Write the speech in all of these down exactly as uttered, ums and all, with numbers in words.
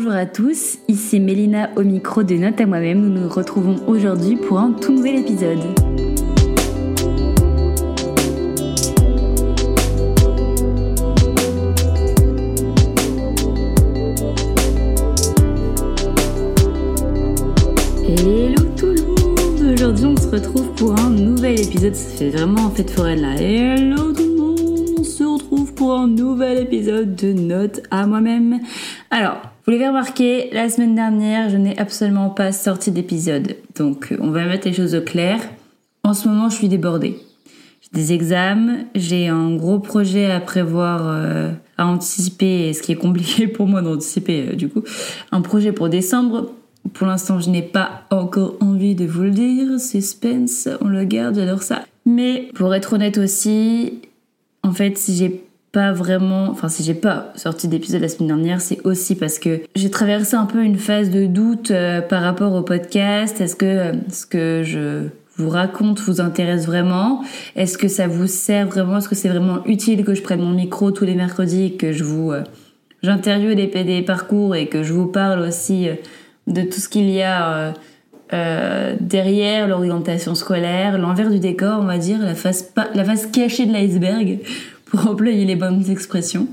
Bonjour à tous, ici Mélina au micro de Note à moi-même. Nous nous retrouvons aujourd'hui pour un tout nouvel épisode. Hello tout le monde! Aujourd'hui on se retrouve pour un nouvel épisode. Ça fait vraiment en fête foraine là. Hello tout le monde! On se retrouve pour un nouvel épisode de Note à moi-même. Alors, vous l'avez remarqué, la semaine dernière, je n'ai absolument pas sorti d'épisode. Donc, on va mettre les choses au clair. En ce moment, je suis débordée. J'ai des examens, j'ai un gros projet à prévoir, euh, à anticiper, ce qui est compliqué pour moi d'anticiper, euh, du coup. Un projet pour décembre. Pour l'instant, je n'ai pas encore envie de vous le dire. Suspense, on le garde, j'adore ça. Mais, pour être honnête aussi, en fait, si j'ai pas vraiment, enfin si j'ai pas sorti d'épisode la semaine dernière, c'est aussi parce que j'ai traversé un peu une phase de doute euh, par rapport au podcast. Est-ce que euh, ce que je vous raconte vous intéresse vraiment? Est-ce que ça vous sert vraiment? Est-ce que c'est vraiment utile que je prenne mon micro tous les mercredis, que je vous euh, j'interviewe des, des parcours et que je vous parle aussi euh, de tout ce qu'il y a euh, euh, derrière l'orientation scolaire, l'envers du décor, on va dire, la face pas, la face cachée de l'iceberg, pour employer les bonnes expressions.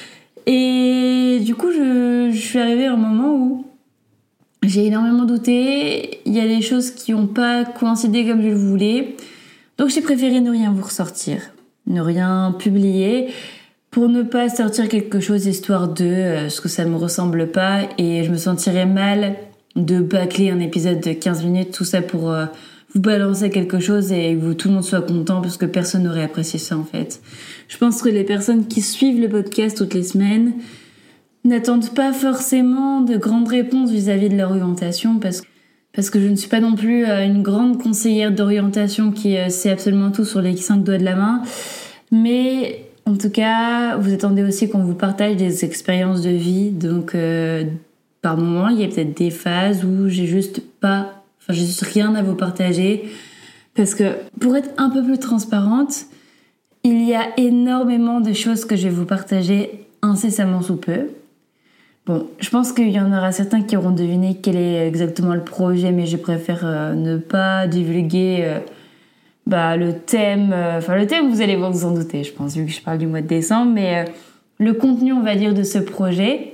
Et du coup, je, je suis arrivée à un moment où j'ai énormément douté. Il y a des choses qui n'ont pas coïncidé comme je le voulais. Donc j'ai préféré ne rien vous ressortir, ne rien publier, pour ne pas sortir quelque chose histoire de euh, ce que ça me ressemble pas. Et je me sentirais mal de bâcler un épisode de quinze minutes, tout ça pour euh, vous balancer quelque chose et que vous, tout le monde soit content, parce que personne n'aurait apprécié ça en fait. Je pense que les personnes qui suivent le podcast toutes les semaines n'attendent pas forcément de grandes réponses vis-à-vis de leur orientation, parce, parce que je ne suis pas non plus une grande conseillère d'orientation qui sait absolument tout sur les cinq doigts de la main. Mais en tout cas, vous attendez aussi qu'on vous partage des expériences de vie. Donc euh, par moment, il y a peut-être des phases où j'ai juste pas, enfin j'ai juste rien à vous partager. Parce que pour être un peu plus transparente, il y a énormément de choses que je vais vous partager incessamment sous peu. Bon, je pense qu'il y en aura certains qui auront deviné quel est exactement le projet, mais je préfère euh, ne pas divulguer euh, bah, le thème. Euh, enfin, le thème, vous allez vous en douter, je pense, vu que je parle du mois de décembre, mais euh, le contenu, on va dire, de ce projet.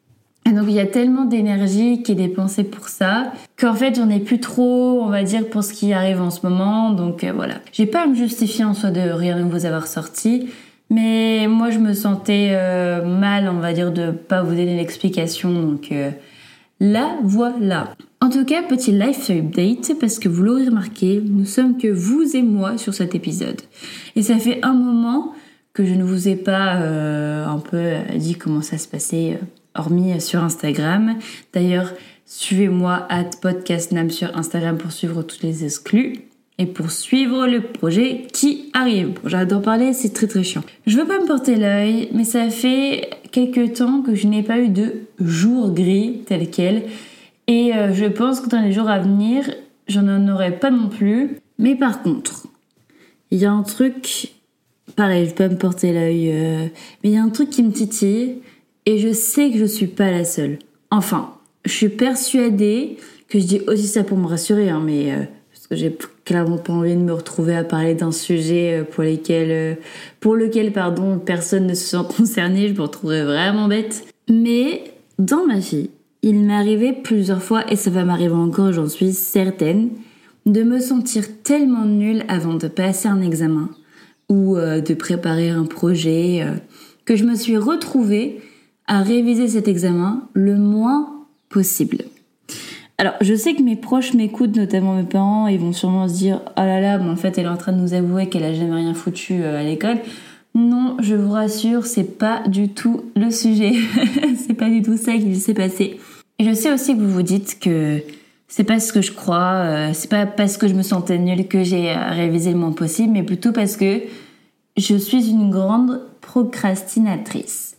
Et donc, il y a tellement d'énergie qui est dépensée pour ça qu'en fait, j'en ai plus trop, on va dire, pour ce qui arrive en ce moment. Donc, euh, voilà. J'ai pas à me justifier en soi de rien vous avoir sorti, mais moi, je me sentais euh, mal, on va dire, de pas vous donner l'explication. Donc, euh, là, voilà. En tout cas, petit life update, parce que vous l'aurez remarqué, nous sommes que vous et moi sur cet épisode. Et ça fait un moment que je ne vous ai pas euh, un peu dit comment ça se passait, euh, hormis sur Instagram. D'ailleurs, suivez-moi at podcastnam sur Instagram pour suivre toutes les exclus et pour suivre le projet qui arrive. Bon, j'adore parler, c'est très très chiant. Je veux pas me porter l'œil, mais ça fait quelques temps que je n'ai pas eu de jour gris tel quel. Et euh, je pense que dans les jours à venir, j'en en aurai pas non plus. Mais par contre, il y a un truc, pareil, je peux pas me porter l'œil, euh, mais il y a un truc qui me titille. Et je sais que je suis pas la seule. Enfin, je suis persuadée que je dis aussi ça pour me rassurer, hein, mais euh, parce que j'ai clairement pas envie de me retrouver à parler d'un sujet pour lesquels, euh, pour lequel, pardon, personne ne se sent concerné. Je me retrouverais vraiment bête. Mais dans ma vie, il m'est arrivé plusieurs fois, et ça va m'arriver encore, j'en suis certaine, de me sentir tellement nulle avant de passer un examen ou euh, de préparer un projet euh, que je me suis retrouvée à réviser cet examen le moins possible. Alors, je sais que mes proches m'écoutent, notamment mes parents, ils vont sûrement se dire « Oh là là, mais en fait, elle est en train de nous avouer qu'elle a jamais rien foutu à l'école. » Non, je vous rassure, c'est pas du tout le sujet. C'est pas du tout ça qui s'est passé. Et je sais aussi que vous vous dites que c'est pas ce que je crois, euh, c'est pas parce que je me sentais nulle que j'ai révisé le moins possible, mais plutôt parce que je suis une grande procrastinatrice.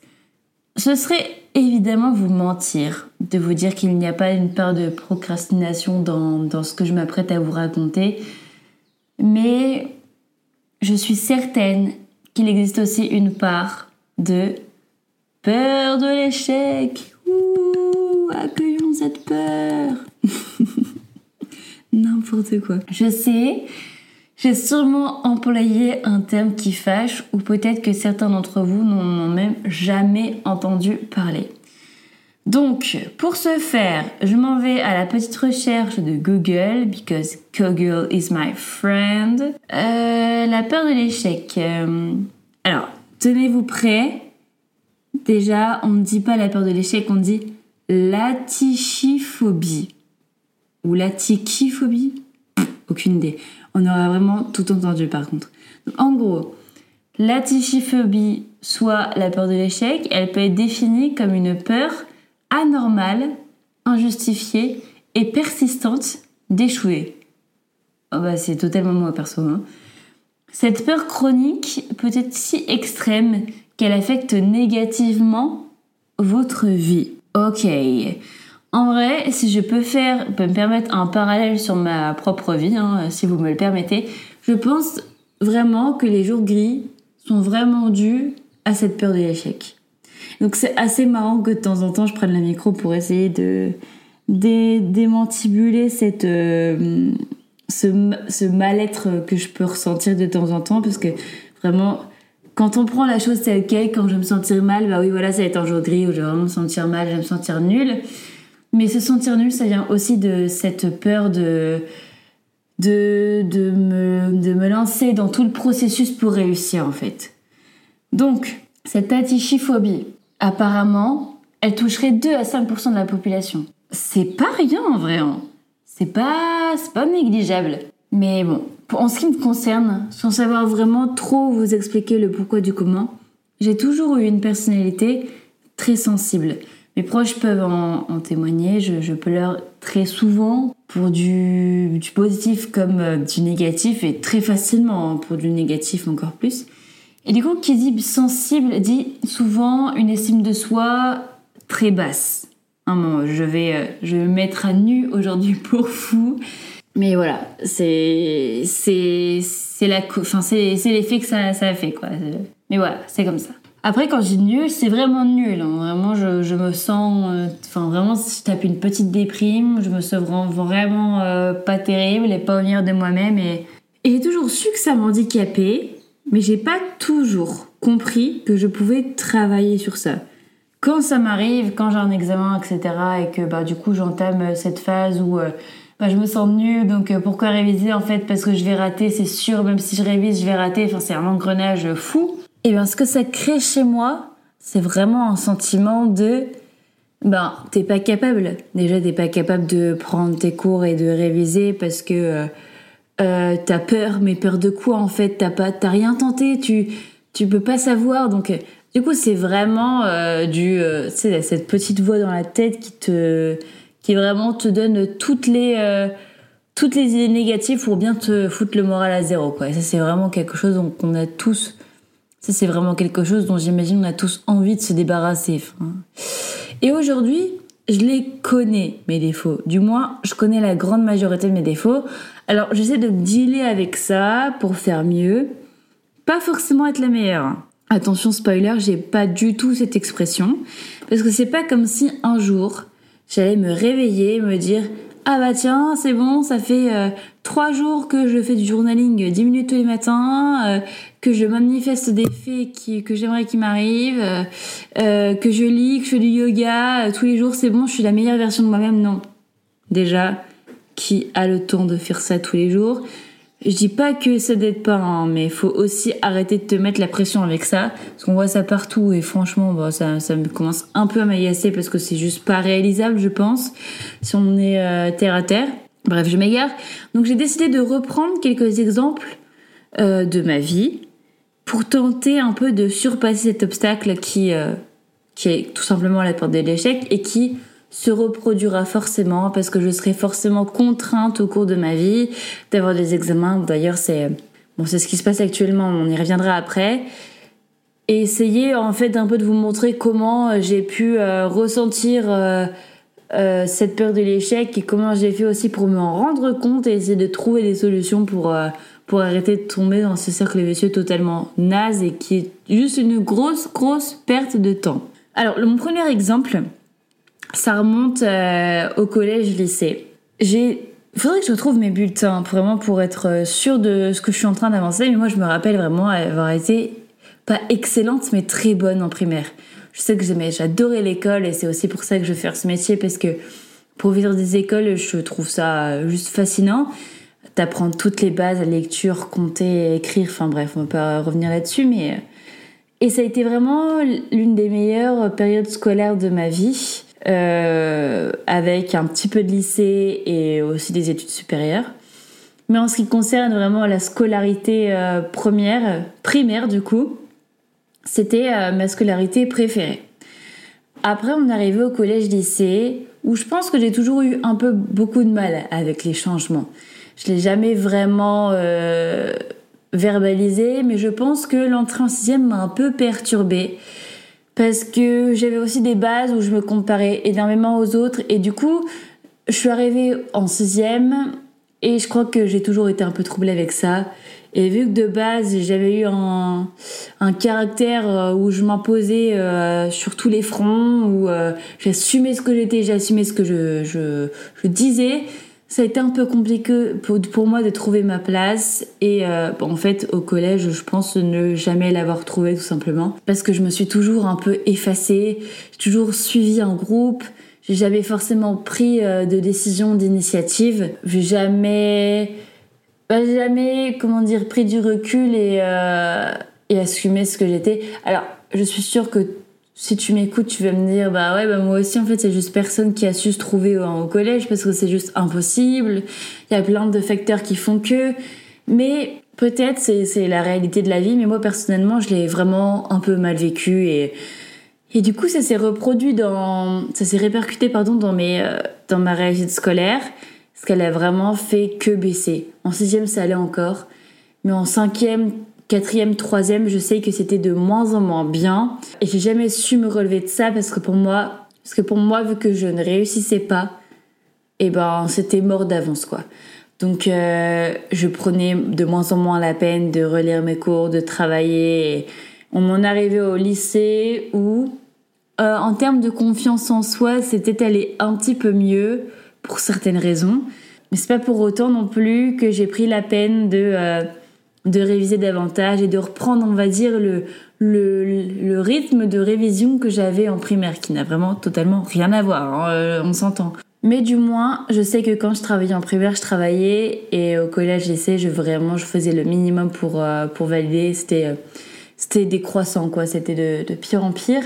Ce serait évidemment vous mentir de vous dire qu'il n'y a pas une part de procrastination dans, dans ce que je m'apprête à vous raconter, mais je suis certaine qu'il existe aussi une part de peur de l'échec. Ouh, accueillons cette peur. N'importe quoi. Je sais, j'ai sûrement employé un terme qui fâche, ou peut-être que certains d'entre vous n'en ont même jamais entendu parler. Donc, pour ce faire, je m'en vais à la petite recherche de Google, because Google is my friend. Euh, la peur de l'échec. Euh, alors, tenez-vous prêts. Déjà, on ne dit pas la peur de l'échec, on dit l'atichiphobie. Ou l'atichiphobie ? Aucune idée. On aura vraiment tout entendu par contre. Donc, en gros, l'atichiphobie, soit la peur de l'échec, elle peut être définie comme une peur anormale, injustifiée et persistante d'échouer. Oh bah, c'est totalement moi perso. Hein. Cette peur chronique peut être si extrême qu'elle affecte négativement votre vie. Ok. En vrai, si je peux faire, peux me permettre un parallèle sur ma propre vie, hein, si vous me le permettez, je pense vraiment que les jours gris sont vraiment dus à cette peur de l'échec. Donc c'est assez marrant que de temps en temps je prenne le micro pour essayer de dé, démantibuler cette, euh, ce, ce mal-être que je peux ressentir de temps en temps, parce que vraiment, quand on prend la chose telle quelle, quand je vais me sentir mal, bah oui voilà, ça va être un jour gris où je vais vraiment me sentir mal, je vais me sentir nulle. Mais se sentir nul, ça vient aussi de cette peur de, de, de, me, de me lancer dans tout le processus pour réussir, en fait. Donc, cette atichiphobie, apparemment, elle toucherait deux à cinq pour cent de la population. C'est pas rien, en vrai. Hein. C'est pas, c'est pas négligeable. Mais bon, en ce qui me concerne, sans savoir vraiment trop vous expliquer le pourquoi du comment, j'ai toujours eu une personnalité très sensible. Mes proches peuvent en, en témoigner, je, je pleure très souvent pour du, du positif comme euh, du négatif, et très facilement pour du négatif encore plus. Et du coup, qui dit sensible dit souvent une estime de soi très basse. Hein, bon, je vais, euh, je vais me mettre à nu aujourd'hui pour vous, mais voilà, c'est, c'est, c'est, la, enfin, c'est, c'est l'effet que ça, ça a fait, quoi. Mais voilà, c'est comme ça. Après, quand je dis nul, c'est vraiment nul. Hein. Vraiment, je, je me sens... Enfin, euh, vraiment, si je tape une petite déprime, je me sens vraiment, vraiment euh, pas terrible et pas honnête de moi-même. Et, et j'ai toujours su que ça m'handicapait, mais j'ai pas toujours compris que je pouvais travailler sur ça. Quand ça m'arrive, quand j'ai un examen, et cetera, et que bah, du coup, j'entame cette phase où... Euh, bah, je me sens nulle, donc euh, pourquoi réviser, en fait, parce que je vais rater, c'est sûr, même si je révise, je vais rater. Enfin, c'est un engrenage fou. Et bien, ce que ça crée chez moi, c'est vraiment un sentiment de... Ben, t'es pas capable. Déjà, t'es pas capable de prendre tes cours et de réviser parce que euh, euh, t'as peur. Mais peur de quoi, en fait? T'as pas, t'as rien tenté, tu, tu peux pas savoir. Donc, euh, du coup, c'est vraiment euh, du... Euh, tu sais, cette petite voix dans la tête qui te... qui vraiment te donne toutes les... Euh, toutes les idées négatives pour bien te foutre le moral à zéro, quoi. Et ça, c'est vraiment quelque chose qu'on a tous... Ça, c'est vraiment quelque chose dont j'imagine on a tous envie de se débarrasser. Enfin. Et aujourd'hui, je les connais, mes défauts. Du moins, je connais la grande majorité de mes défauts. Alors, j'essaie de dealer avec ça pour faire mieux. Pas forcément être la meilleure. Attention, spoiler, j'ai pas du tout cette expression. Parce que c'est pas comme si un jour, j'allais me réveiller et me dire... Ah bah tiens, c'est bon, ça fait euh, trois jours que je fais du journaling dix minutes tous les matins, euh, que je manifeste des faits qui, que j'aimerais qu'ils m'arrivent, euh, euh, que je lis, que je fais du yoga, euh, tous les jours, c'est bon, je suis la meilleure version de moi-même. Non. Déjà, qui a le temps de faire ça tous les jours ? Je dis pas que ça n'aide pas, hein, mais il faut aussi arrêter de te mettre la pression avec ça, parce qu'on voit ça partout, et franchement, bon, ça, ça me commence un peu à m'agacer, parce que c'est juste pas réalisable, je pense, si on est euh, terre à terre. Bref, je m'égare. Donc j'ai décidé de reprendre quelques exemples euh, de ma vie, pour tenter un peu de surpasser cet obstacle qui, euh, qui est tout simplement la peur de l'échec, et qui... se reproduira forcément parce que je serai forcément contrainte au cours de ma vie d'avoir des examens. D'ailleurs, c'est bon, c'est ce qui se passe actuellement, on y reviendra après. Et essayer en fait un peu de vous montrer comment j'ai pu euh, ressentir euh, euh, cette peur de l'échec et comment j'ai fait aussi pour m'en rendre compte et essayer de trouver des solutions pour euh, pour arrêter de tomber dans ce cercle vicieux totalement naze et qui est juste une grosse grosse perte de temps. Alors, mon premier exemple, ça remonte euh, au collège-lycée. J'ai... Il faudrait que je retrouve mes bulletins, vraiment pour être sûre de ce que je suis en train d'avancer. Mais moi, je me rappelle vraiment avoir été, pas excellente, mais très bonne en primaire. Je sais que j'aimais, j'adorais l'école et c'est aussi pour ça que je veux faire ce métier, parce que professeur des écoles, je trouve ça juste fascinant. T'apprends toutes les bases, la lecture, compter, écrire, enfin bref, on va pas revenir là-dessus, mais... Et ça a été vraiment l'une des meilleures périodes scolaires de ma vie. Euh, avec un petit peu de lycée et aussi des études supérieures. Mais en ce qui concerne vraiment la scolarité euh, première, primaire du coup, c'était euh, ma scolarité préférée. Après, on est arrivé au collège-lycée, où je pense que j'ai toujours eu un peu beaucoup de mal avec les changements. Je l'ai jamais vraiment euh, verbalisé, mais je pense que l'entrée en sixième m'a un peu perturbée. Parce que j'avais aussi des bases où je me comparais énormément aux autres. Et du coup, je suis arrivée en sixième et je crois que j'ai toujours été un peu troublée avec ça. Et vu que de base, j'avais eu un, un caractère où je m'imposais euh, sur tous les fronts, où euh, j'assumais ce que j'étais, j'assumais ce que je, je, je disais, ça a été un peu compliqué pour, pour moi de trouver ma place. Et euh, bon, en fait, au collège, je pense ne jamais l'avoir trouvée, tout simplement. Parce que je me suis toujours un peu effacée. J'ai toujours suivi un groupe. J'ai jamais forcément pris euh, de décision, d'initiative. J'ai jamais... Bah, j'ai jamais, comment dire, pris du recul et, euh, et assumé ce que j'étais. Alors, je suis sûre que si tu m'écoutes, tu vas me dire, bah ouais, bah moi aussi, en fait, c'est juste personne qui a su se trouver au, au collège parce que c'est juste impossible. Il y a plein de facteurs qui font que. Mais peut-être c'est, c'est la réalité de la vie, mais moi, personnellement, je l'ai vraiment un peu mal vécu et, et du coup, ça s'est reproduit dans, ça s'est répercuté, pardon, dans mes, euh, dans ma réussite scolaire. Parce qu'elle a vraiment fait que baisser. En sixième, ça allait encore. Mais en cinquième, quatrième, troisième, je sais que c'était de moins en moins bien. Et j'ai jamais su me relever de ça parce que pour moi, parce que pour moi, vu que je ne réussissais pas, eh ben, c'était mort d'avance, quoi. Donc, euh, je prenais de moins en moins la peine de relire mes cours, de travailler. Et on m'en arrivait au lycée où, euh, en termes de confiance en soi, c'était allé un petit peu mieux. Pour certaines raisons, mais c'est pas pour autant non plus que j'ai pris la peine de euh, de réviser davantage et de reprendre, on va dire, le le le rythme de révision que j'avais en primaire, qui n'a vraiment totalement rien à voir, hein, euh, on s'entend. Mais du moins, je sais que quand je travaillais en primaire, je travaillais et au collège, lycée, je vraiment je faisais le minimum pour euh, pour valider. C'était euh, C'était décroissant, quoi. C'était de, de pire en pire.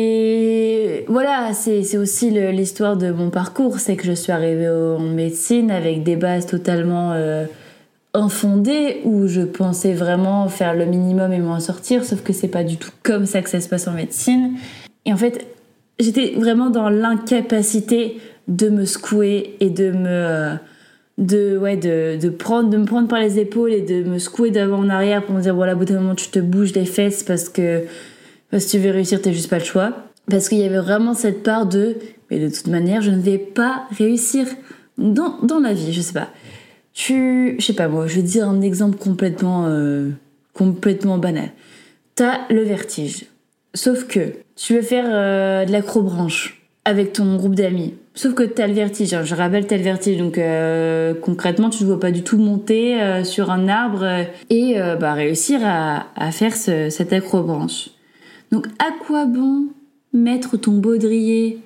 Et voilà, c'est, c'est aussi le, l'histoire de mon parcours. C'est que je suis arrivée en médecine avec des bases totalement euh, infondées, où je pensais vraiment faire le minimum et m'en sortir. Sauf que c'est pas du tout comme ça que ça se passe en médecine. Et en fait, j'étais vraiment dans l'incapacité de me secouer et de me... Euh, de ouais de de prendre de me prendre par les épaules et de me secouer d'avant en arrière pour me dire voilà, au bout d'un moment tu te bouges les fesses parce que parce que tu veux réussir, t'as juste pas le choix, parce qu'il y avait vraiment cette part de mais de toute manière je ne vais pas réussir dans dans la vie, je sais pas. Tu je sais pas moi, je vais te dire un exemple complètement euh, complètement banal. T'as le vertige. Sauf que tu veux faire euh, de l'acrobranche avec ton groupe d'amis. Sauf que t'as le vertige, je rappelle t'as le vertige, donc euh, concrètement tu ne vois pas du tout monter euh, sur un arbre euh, et euh, bah, réussir à, à faire ce, cette acrobranche. Donc à quoi bon mettre ton baudrier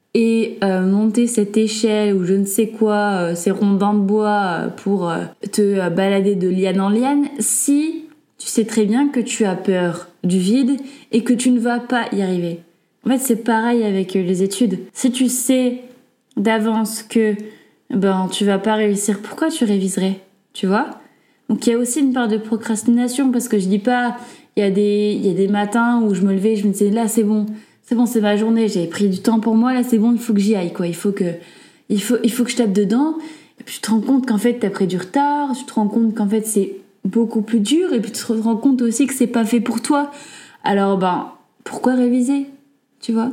et euh, monter cette échelle ou je ne sais quoi, euh, ces rondins de bois euh, pour euh, te euh, balader de liane en liane si tu sais très bien que tu as peur du vide et que tu ne vas pas y arriver. En fait c'est pareil avec euh, les études. Si tu sais d'avance que ben tu vas pas réussir, pourquoi tu réviserais, tu vois? Donc il y a aussi une part de procrastination, parce que je dis pas, il y a des il y a des matins où je me levais, je me disais là c'est bon, c'est bon, c'est ma journée, j'ai pris du temps pour moi, là c'est bon, il faut que j'y aille, quoi, il faut que il faut il faut que je tape dedans. Et puis tu te rends compte qu'en fait t'as pris du retard, tu te rends compte qu'en fait c'est beaucoup plus dur, et puis tu te rends compte aussi que c'est pas fait pour toi. Alors ben pourquoi réviser, tu vois?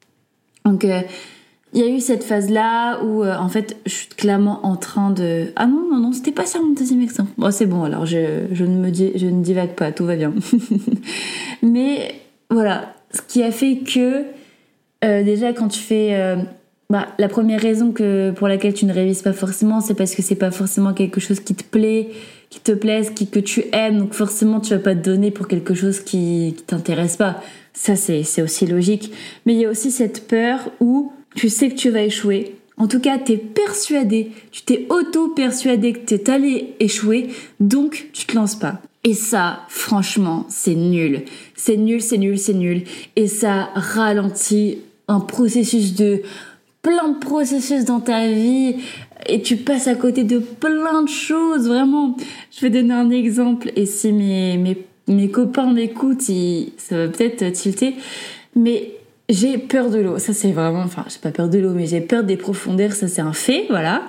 Donc euh, il y a eu cette phase-là où, euh, en fait, je suis clairement en train de... Ah non, non, non, c'était pas ça mon deuxième exemple. Bon, c'est bon, alors je, je, ne me dis, je ne divague pas, tout va bien. Mais voilà, ce qui a fait que, euh, déjà, quand tu fais euh, Bah, la première raison que, pour laquelle tu ne révises pas forcément, c'est parce que c'est pas forcément quelque chose qui te plaît, qui te plaise, qui, que tu aimes. Donc forcément, tu vas pas te donner pour quelque chose qui, qui t'intéresse pas. Ça, c'est, c'est aussi logique. Mais il y a aussi cette peur où tu sais que tu vas échouer. En tout cas, t'es persuadé, tu t'es auto-persuadé que t'es allé échouer, donc tu te lances pas. Et ça, franchement, c'est nul. C'est nul, c'est nul, c'est nul. Et ça ralentit un processus de... plein de processus dans ta vie et tu passes à côté de plein de choses, vraiment. Je vais donner un exemple et si mes, mes, mes copains m'écoutent, ils, ça va peut-être tilter, mais j'ai peur de l'eau. Ça, c'est vraiment... Enfin, j'ai pas peur de l'eau, mais j'ai peur des profondeurs, ça, c'est un fait, voilà.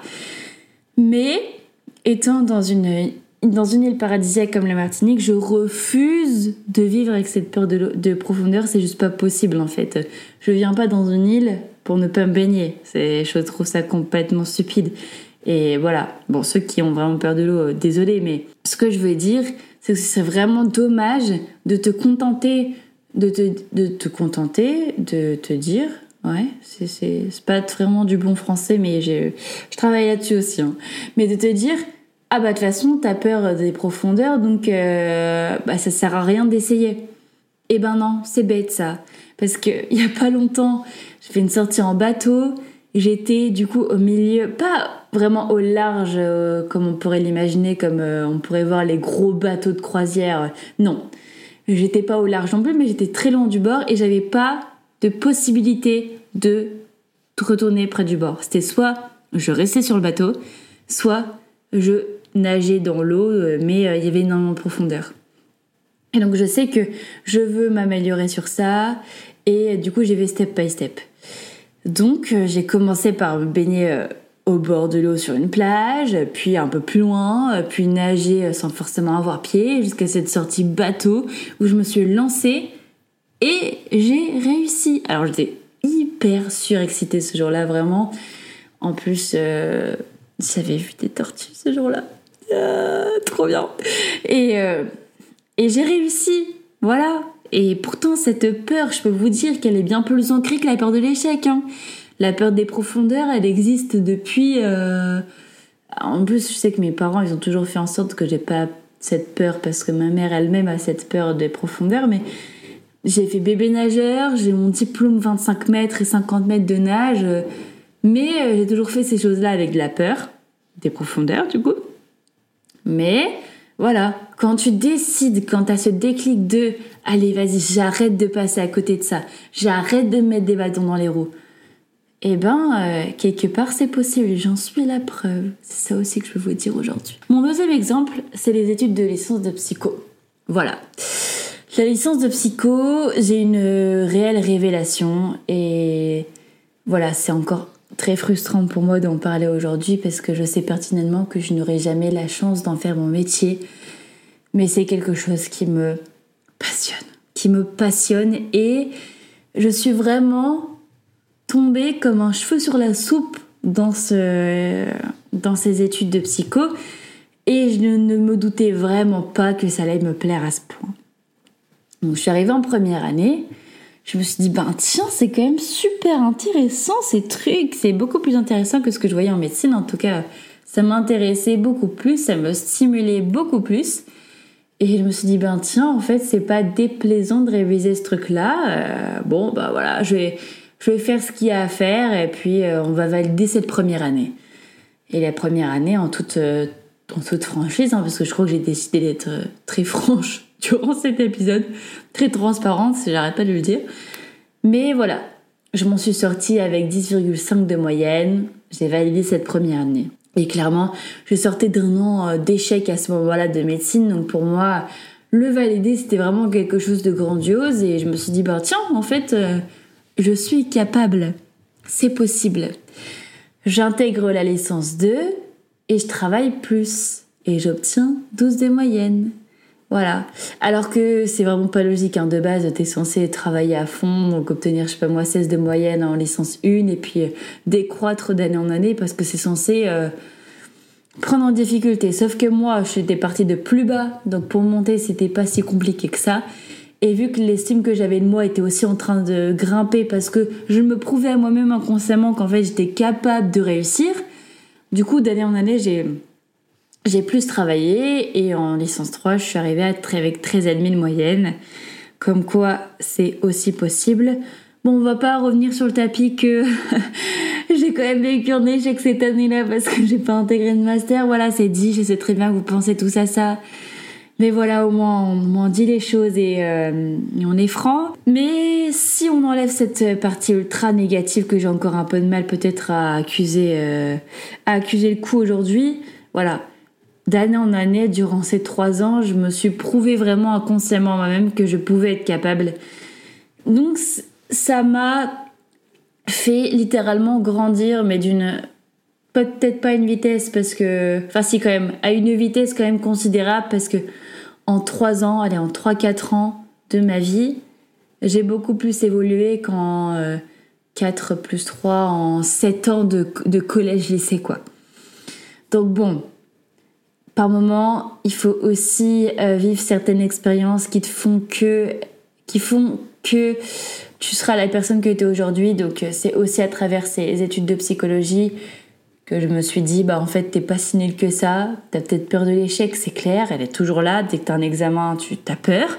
Mais étant dans une, dans une île paradisiaque comme la Martinique, je refuse de vivre avec cette peur de, l'eau, de profondeur. C'est juste pas possible, en fait. Je viens pas dans une île pour ne pas me baigner. C'est, je trouve ça complètement stupide. Et voilà. Bon, ceux qui ont vraiment peur de l'eau, euh, désolé, mais ce que je veux dire, c'est que c'est vraiment dommage de te contenter, de te, de te contenter, de te dire, ouais, c'est, c'est, c'est pas vraiment du bon français, mais j'ai, je travaille là-dessus aussi, hein. Mais de te dire, ah bah de toute façon, t'as peur des profondeurs, donc euh, bah ça sert à rien d'essayer. Eh ben non, c'est bête ça. Parce que il y a pas longtemps, j'ai fait une sortie en bateau. J'étais du coup au milieu, pas vraiment au large euh, comme on pourrait l'imaginer, comme euh, on pourrait voir les gros bateaux de croisière. Non, j'étais pas au large non plus, mais j'étais très loin du bord et j'avais pas de possibilité de retourner près du bord. C'était soit je restais sur le bateau, soit je nageais dans l'eau, mais euh, il y avait énormément de profondeur. Et donc je sais que je veux m'améliorer sur ça et du coup j'y vais step by step. Donc euh, j'ai commencé par me baigner euh, au bord de l'eau sur une plage, puis un peu plus loin, euh, puis nager euh, sans forcément avoir pied, jusqu'à cette sortie bateau où je me suis lancée et j'ai réussi. Alors j'étais hyper surexcitée ce jour-là, vraiment. En plus, euh, j'avais vu des tortues ce jour-là. Ah, trop bien. Et... Euh, Et j'ai réussi, voilà. Et pourtant, cette peur, je peux vous dire qu'elle est bien plus ancrée que la peur de l'échec, hein. La peur des profondeurs, elle existe depuis... Euh... En plus, je sais que mes parents, ils ont toujours fait en sorte que j'ai pas cette peur, parce que ma mère elle-même a cette peur des profondeurs, mais j'ai fait bébé nageur, j'ai mon diplôme vingt-cinq mètres et cinquante mètres de nage, mais j'ai toujours fait ces choses-là avec de la peur, des profondeurs, du coup. Mais... Voilà, quand tu décides, quand t'as ce déclic de « Allez, vas-y, j'arrête de passer à côté de ça, j'arrête de mettre des bâtons dans les roues », eh ben, euh, quelque part, c'est possible, j'en suis la preuve. C'est ça aussi que je veux vous dire aujourd'hui. Mon deuxième exemple, c'est les études de licence de psycho. Voilà. La licence de psycho, j'ai une réelle révélation et voilà, c'est encore... très frustrant pour moi d'en parler aujourd'hui parce que je sais pertinemment que je n'aurai jamais la chance d'en faire mon métier. Mais c'est quelque chose qui me passionne, qui me passionne et je suis vraiment tombée comme un cheveu sur la soupe dans, ce, dans ces études de psycho et je ne me doutais vraiment pas que ça allait me plaire à ce point. Donc je suis arrivée en première année. Je me suis dit, ben tiens, c'est quand même super intéressant ces trucs, c'est beaucoup plus intéressant que ce que je voyais en médecine, en tout cas, ça m'intéressait beaucoup plus, ça me stimulait beaucoup plus, et je me suis dit, ben tiens, en fait, c'est pas déplaisant de réviser ce truc-là, euh, bon, ben voilà, je vais, je vais faire ce qu'il y a à faire, et puis euh, on va valider cette première année. Et la première année, en toute, euh, en toute franchise, hein, parce que je crois que j'ai décidé d'être euh, très franche, durant cet épisode, très transparente, si j'arrête pas de le dire. Mais voilà, je m'en suis sortie avec dix virgule cinq de moyenne, j'ai validé cette première année. Et clairement, je sortais d'un an d'échec à ce moment-là de médecine, donc pour moi, le valider, c'était vraiment quelque chose de grandiose, et je me suis dit, bah tiens, en fait, euh, je suis capable, c'est possible. J'intègre la licence deux, et je travaille plus, et j'obtiens douze de moyenne. Voilà. Alors que c'est vraiment pas logique, hein. De base, t'es censé travailler à fond, donc obtenir, je sais pas moi, seize de moyenne en licence un, et puis euh, décroître d'année en année, parce que c'est censé euh, prendre en difficulté. Sauf que moi, j'étais partie de plus bas, donc pour monter, c'était pas si compliqué que ça. Et vu que l'estime que j'avais de moi était aussi en train de grimper parce que je me prouvais à moi-même inconsciemment qu'en fait j'étais capable de réussir, du coup d'année en année j'ai, j'ai plus travaillé et en licence trois je suis arrivée à être avec treize virgule cinq de moyenne. Comme quoi c'est aussi possible. Bon, on va pas revenir sur le tapis que j'ai quand même vécu un échec cette année-là parce que j'ai pas intégré de master. Voilà, c'est dit, je sais très bien que vous pensez tous à ça. Mais voilà, au moins, on m'en dit les choses et, euh, et on est franc. Mais si on enlève cette partie ultra négative que j'ai encore un peu de mal peut-être à accuser, euh, à accuser le coup aujourd'hui, voilà. D'année en année, durant ces trois ans, je me suis prouvé vraiment inconsciemment moi-même que je pouvais être capable. Donc, ça m'a fait littéralement grandir, mais d'une... peut-être pas une vitesse, parce que... Enfin, si, quand même. À une vitesse quand même considérable, parce que en trois ans, allez, en trois quatre ans de ma vie, j'ai beaucoup plus évolué qu'en euh, quatre plus trois, en sept ans de, de collège-lycée, quoi. Donc bon, par moments, il faut aussi euh, vivre certaines expériences qui te font que... qui font que tu seras la personne que tu es aujourd'hui. Donc c'est aussi à travers ces études de psychologie que je me suis dit, bah en fait, t'es pas si nul que ça. T'as peut-être peur de l'échec, c'est clair, elle est toujours là. Dès que t'as un examen, tu t'as peur.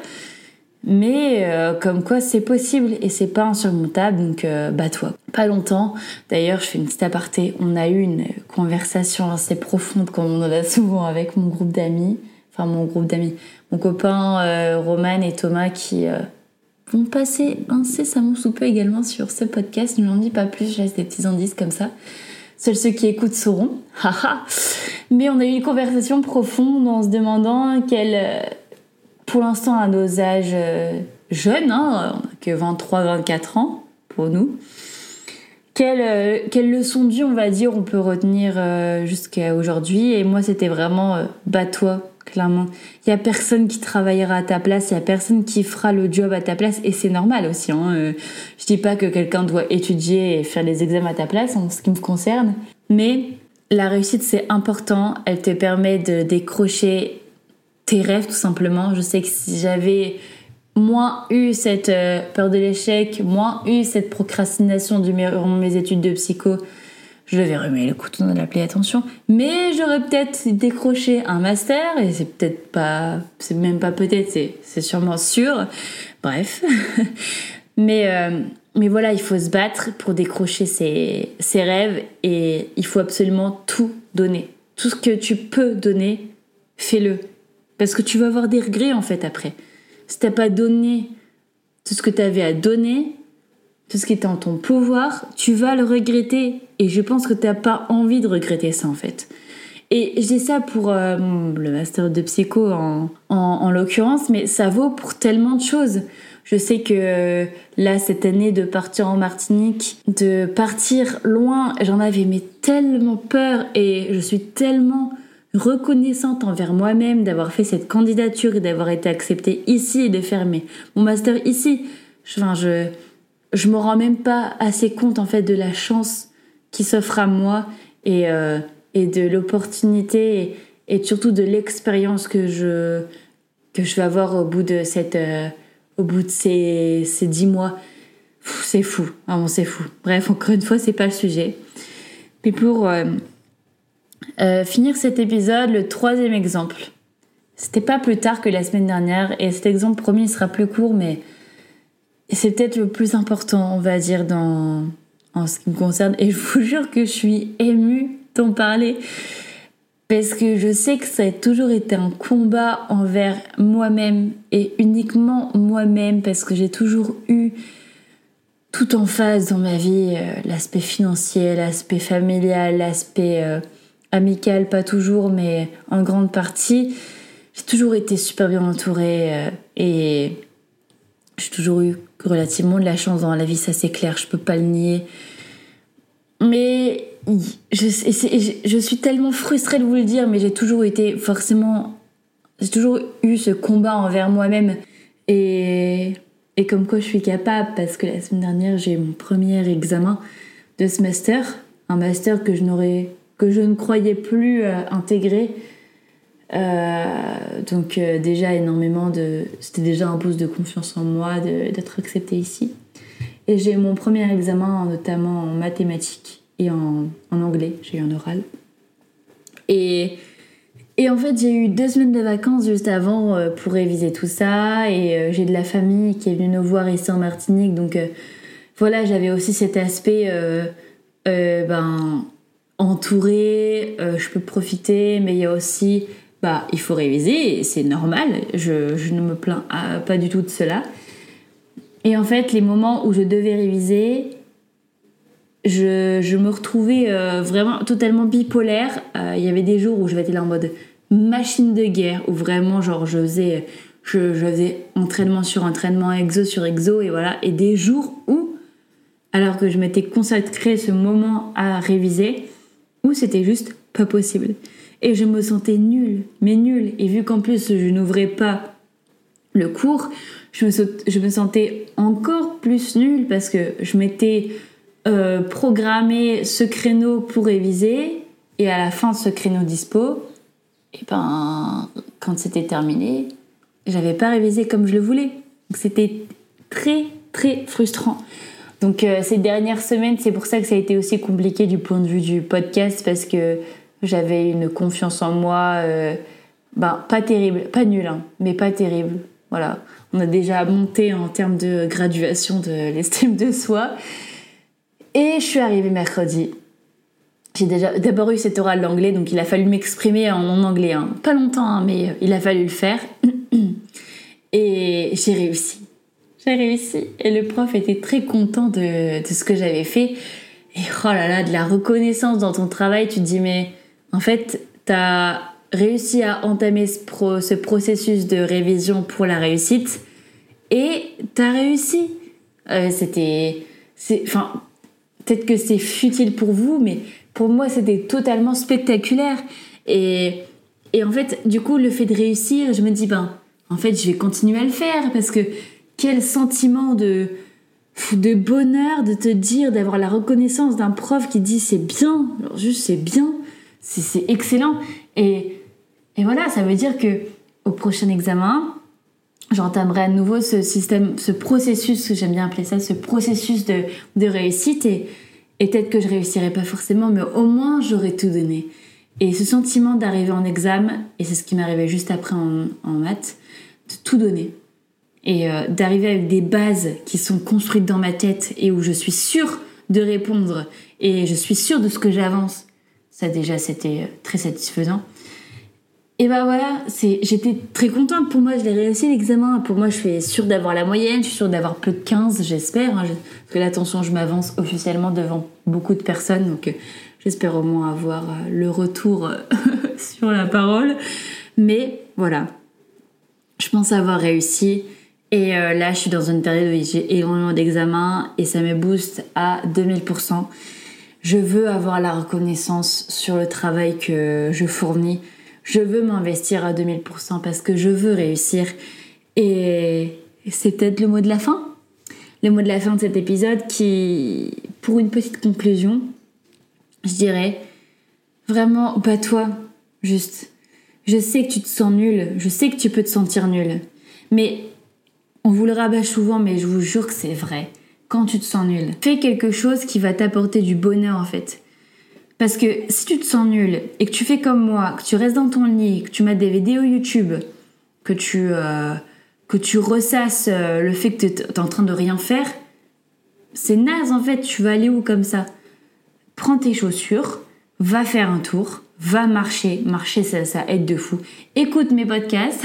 Mais euh, comme quoi, c'est possible et c'est pas insurmontable, donc euh, bats-toi. Pas longtemps. D'ailleurs, je fais une petite aparté. On a eu une conversation assez profonde, comme on en a souvent avec mon groupe d'amis. Enfin, mon groupe d'amis. Mon copain euh, Roman et Thomas qui euh, vont passer incessamment sous peu également sur ce podcast. Je n'en dis pas plus, je laisse des petits indices comme ça. Seuls ceux qui écoutent sauront. Mais on a eu une conversation profonde en se demandant quelle, pour l'instant à nos âges euh, jeunes, hein, on n'a que vingt-trois vingt-quatre ans pour nous, quelle, euh, quelle leçon de vie on va dire on peut retenir euh, jusqu'à aujourd'hui. Et moi c'était vraiment euh, bats-toi, clairement. Il n'y a personne qui travaillera à ta place, il n'y a personne qui fera le job à ta place et c'est normal aussi. Hein. Euh, je dis pas que quelqu'un doit étudier et faire les examens à ta place en ce qui me concerne, mais la réussite c'est important, elle te permet de décrocher tes rêves tout simplement. Je sais que si j'avais moins eu cette euh, peur de l'échec, moins eu cette procrastination durant mes études de psycho, je devais remettre le couteau dans la plaie, attention. Mais j'aurais peut-être décroché un master, et c'est peut-être pas... C'est même pas peut-être, c'est, c'est sûrement sûr. Bref. mais, euh, mais voilà, il faut se battre pour décrocher ses, ses rêves, et il faut absolument tout donner. Tout ce que tu peux donner, fais-le. Parce que tu vas avoir des regrets, en fait, après. Si t'as pas donné tout ce que t'avais à donner, tout ce qui était en ton pouvoir, tu vas le regretter. Et je pense que t'as pas envie de regretter ça, en fait. Et je dis ça pour euh, le master de psycho, en, en, en l'occurrence, mais ça vaut pour tellement de choses. Je sais que euh, là, cette année, de partir en Martinique, de partir loin, j'en avais mais tellement peur. Et je suis tellement reconnaissante envers moi-même d'avoir fait cette candidature et d'avoir été acceptée ici et de faire mes, mon master ici. Enfin, je... je me rends même pas assez compte en fait de la chance qui s'offre à moi et euh, et de l'opportunité et, et surtout de l'expérience que je que je vais avoir au bout de cette euh, au bout de ces ces dix mois. Pff, c'est fou, vraiment c'est fou. Bref, encore une fois, c'est pas le sujet. Mais pour euh, euh, finir cet épisode, le troisième exemple. C'était pas plus tard que la semaine dernière et cet exemple promis il sera plus court, mais c'est peut-être le plus important, on va dire, dans, en ce qui me concerne. Et je vous jure que je suis émue d'en parler. Parce que je sais que ça a toujours été un combat envers moi-même. Et uniquement moi-même. Parce que j'ai toujours eu tout en face dans ma vie. Euh, l'aspect financier, l'aspect familial, l'aspect euh, amical, pas toujours, mais en grande partie. J'ai toujours été super bien entourée. Euh, et j'ai toujours eu relativement de la chance dans la vie, ça c'est clair, je peux pas le nier. Mais je, je, je suis tellement frustrée de vous le dire, mais j'ai toujours été forcément... J'ai toujours eu ce combat envers moi-même. Et, et comme quoi je suis capable, parce que la semaine dernière, j'ai eu mon premier examen de ce master. Un master que je, n'aurais, que je ne croyais plus euh, intégrer. Euh, donc euh, déjà énormément de... C'était déjà un boost de confiance en moi de, d'être acceptée ici. Et j'ai eu mon premier examen, notamment en mathématiques et en, en anglais. J'ai eu un oral. Et, et en fait, j'ai eu deux semaines de vacances juste avant euh, pour réviser tout ça. Et euh, j'ai de la famille qui est venue nous voir ici en Martinique. Donc euh, voilà, j'avais aussi cet aspect... Euh, euh, ben, entourée, euh, je peux profiter, mais il y a aussi... Bah, il faut réviser, et c'est normal, je, je ne me plains pas du tout de cela. Et en fait, les moments où je devais réviser, je, je me retrouvais euh, vraiment totalement bipolaire. Euh, il y avait des jours où je vais être là en mode machine de guerre, où vraiment, genre, je faisais, je, je faisais entraînement sur entraînement, exo sur exo, et voilà. Et des jours où, alors que je m'étais consacré ce moment à réviser, où c'était juste pas possible. Et je me sentais nulle, mais nulle. Et vu qu'en plus, je n'ouvrais pas le cours, je me, je me sentais encore plus nulle parce que je m'étais euh, programmé ce créneau pour réviser. Et à la fin de ce créneau dispo, et ben, quand c'était terminé, j'avais pas révisé comme je le voulais. Donc c'était très, très frustrant. Donc euh, ces dernières semaines, c'est pour ça que ça a été aussi compliqué du point de vue du podcast parce que j'avais une confiance en moi, euh, ben, pas terrible, pas nulle, hein, mais pas terrible. Voilà, on a déjà monté en termes de graduation de l'estime de soi. Et je suis arrivée mercredi. J'ai déjà d'abord eu cet oral d'anglais, donc il a fallu m'exprimer en, en anglais. Hein. Pas longtemps, hein, mais il a fallu le faire. Et j'ai réussi. J'ai réussi. Et le prof était très content de, de ce que j'avais fait. Et oh là là, de la reconnaissance dans ton travail, tu te dis, mais... En fait, t'as réussi à entamer ce, pro, ce processus de révision pour la réussite et t'as réussi. Euh, c'était... C'est, enfin, peut-être que c'est futile pour vous, mais pour moi, c'était totalement spectaculaire. Et, et en fait, du coup, le fait de réussir, je me dis, ben, en fait, je vais continuer à le faire parce que quel sentiment de... de bonheur de te dire, d'avoir la reconnaissance d'un prof qui dit c'est bien, alors juste c'est bien, c'est, c'est excellent. Et, et voilà, ça veut dire que au prochain examen, j'entamerai à nouveau ce système, ce processus, que j'aime bien appeler ça, ce processus de, de réussite. Et, et peut-être que je réussirai pas forcément, mais au moins j'aurai tout donné. Et ce sentiment d'arriver en examen, et c'est ce qui m'arrivait juste après en, en maths, de tout donner. Et euh, d'arriver avec des bases qui sont construites dans ma tête et où je suis sûre de répondre et je suis sûre de ce que j'avance, ça déjà c'était très satisfaisant. Et ben voilà, c'est, j'étais très contente. Pour moi, je l'ai réussi l'examen. Pour moi, je suis sûre d'avoir la moyenne, je suis sûre d'avoir plus de quinze, j'espère. Hein, je, parce que là, attention, je m'avance officiellement devant beaucoup de personnes, donc euh, j'espère au moins avoir euh, le retour euh, sur la parole. Mais voilà, je pense avoir réussi. Et euh, là, je suis dans une période où j'ai énormément d'examens et ça me booste à deux mille pour cent. Je veux avoir la reconnaissance sur le travail que je fournis. Je veux m'investir à deux mille pour cent parce que je veux réussir. Et c'est peut-être le mot de la fin. Le mot de la fin de cet épisode qui, pour une petite conclusion, je dirais vraiment, bats-toi, juste. Je sais que tu te sens nul, je sais que tu peux te sentir nul. Mais on vous le rabâche souvent, mais je vous jure que c'est vrai. Quand tu te sens nul, fais quelque chose qui va t'apporter du bonheur en fait. Parce que si tu te sens nul et que tu fais comme moi, que tu restes dans ton lit, que tu mets des vidéos YouTube, que tu, euh, que tu ressasses euh, le fait que t'es en train de rien faire, c'est naze en fait. Tu vas aller où comme ça ? Prends tes chaussures, va faire un tour, va marcher. Marcher, ça, ça aide de fou. Écoute mes podcasts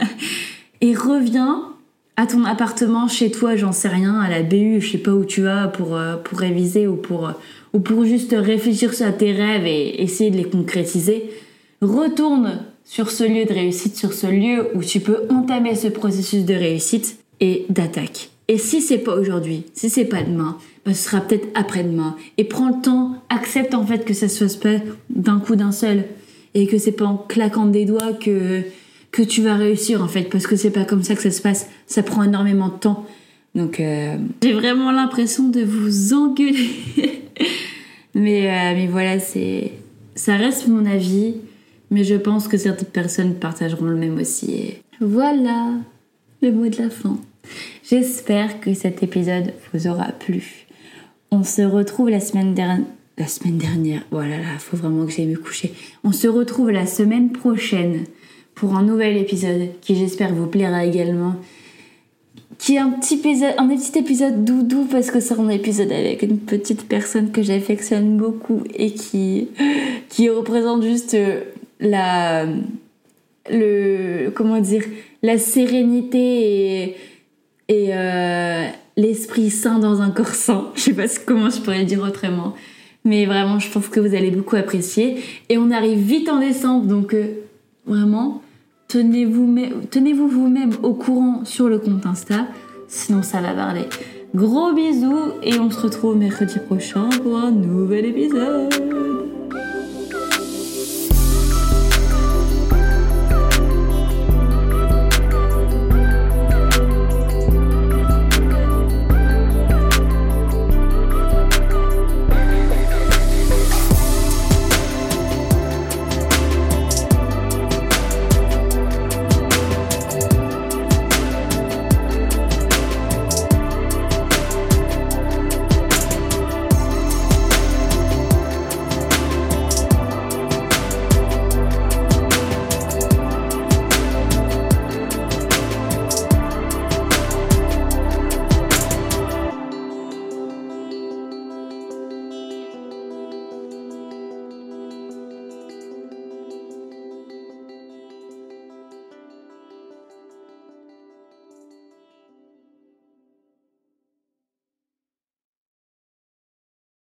et reviens à ton appartement, chez toi, j'en sais rien, à la B U, je sais pas où tu vas pour, euh, pour réviser ou pour, euh, ou pour juste réfléchir sur tes rêves et essayer de les concrétiser. Retourne sur ce lieu de réussite, sur ce lieu où tu peux entamer ce processus de réussite et d'attaque. Et si c'est pas aujourd'hui, si c'est pas demain, bah ce sera peut-être après-demain. Et prends le temps, accepte en fait que ça se fasse pas d'un coup d'un seul et que c'est pas en claquant des doigts que... que tu vas réussir en fait, parce que c'est pas comme ça que ça se passe, ça prend énormément de temps. Donc euh, j'ai vraiment l'impression de vous engueuler. mais, euh, mais voilà, c'est, ça reste mon avis. Mais je pense que certaines personnes partageront le même aussi. Et voilà, le mot de la fin. J'espère que cet épisode vous aura plu. On se retrouve la semaine dernière. La semaine dernière, voilà, là, faut vraiment que j'aille me coucher. On se retrouve la semaine prochaine pour un nouvel épisode qui, j'espère, vous plaira également. Qui est un petit épisode, un petit épisode doudou parce que c'est un épisode avec une petite personne que j'affectionne beaucoup et qui, qui représente juste la, le, comment dire, la sérénité et, et euh, l'esprit sain dans un corps sain. Je sais pas comment je pourrais le dire autrement. Mais vraiment, je pense que vous allez beaucoup apprécier. Et on arrive vite en décembre, donc euh, vraiment, tenez-vous, tenez-vous vous-même au courant sur le compte Insta. Sinon, ça va parler. Gros bisous et on se retrouve mercredi prochain pour un nouvel épisode.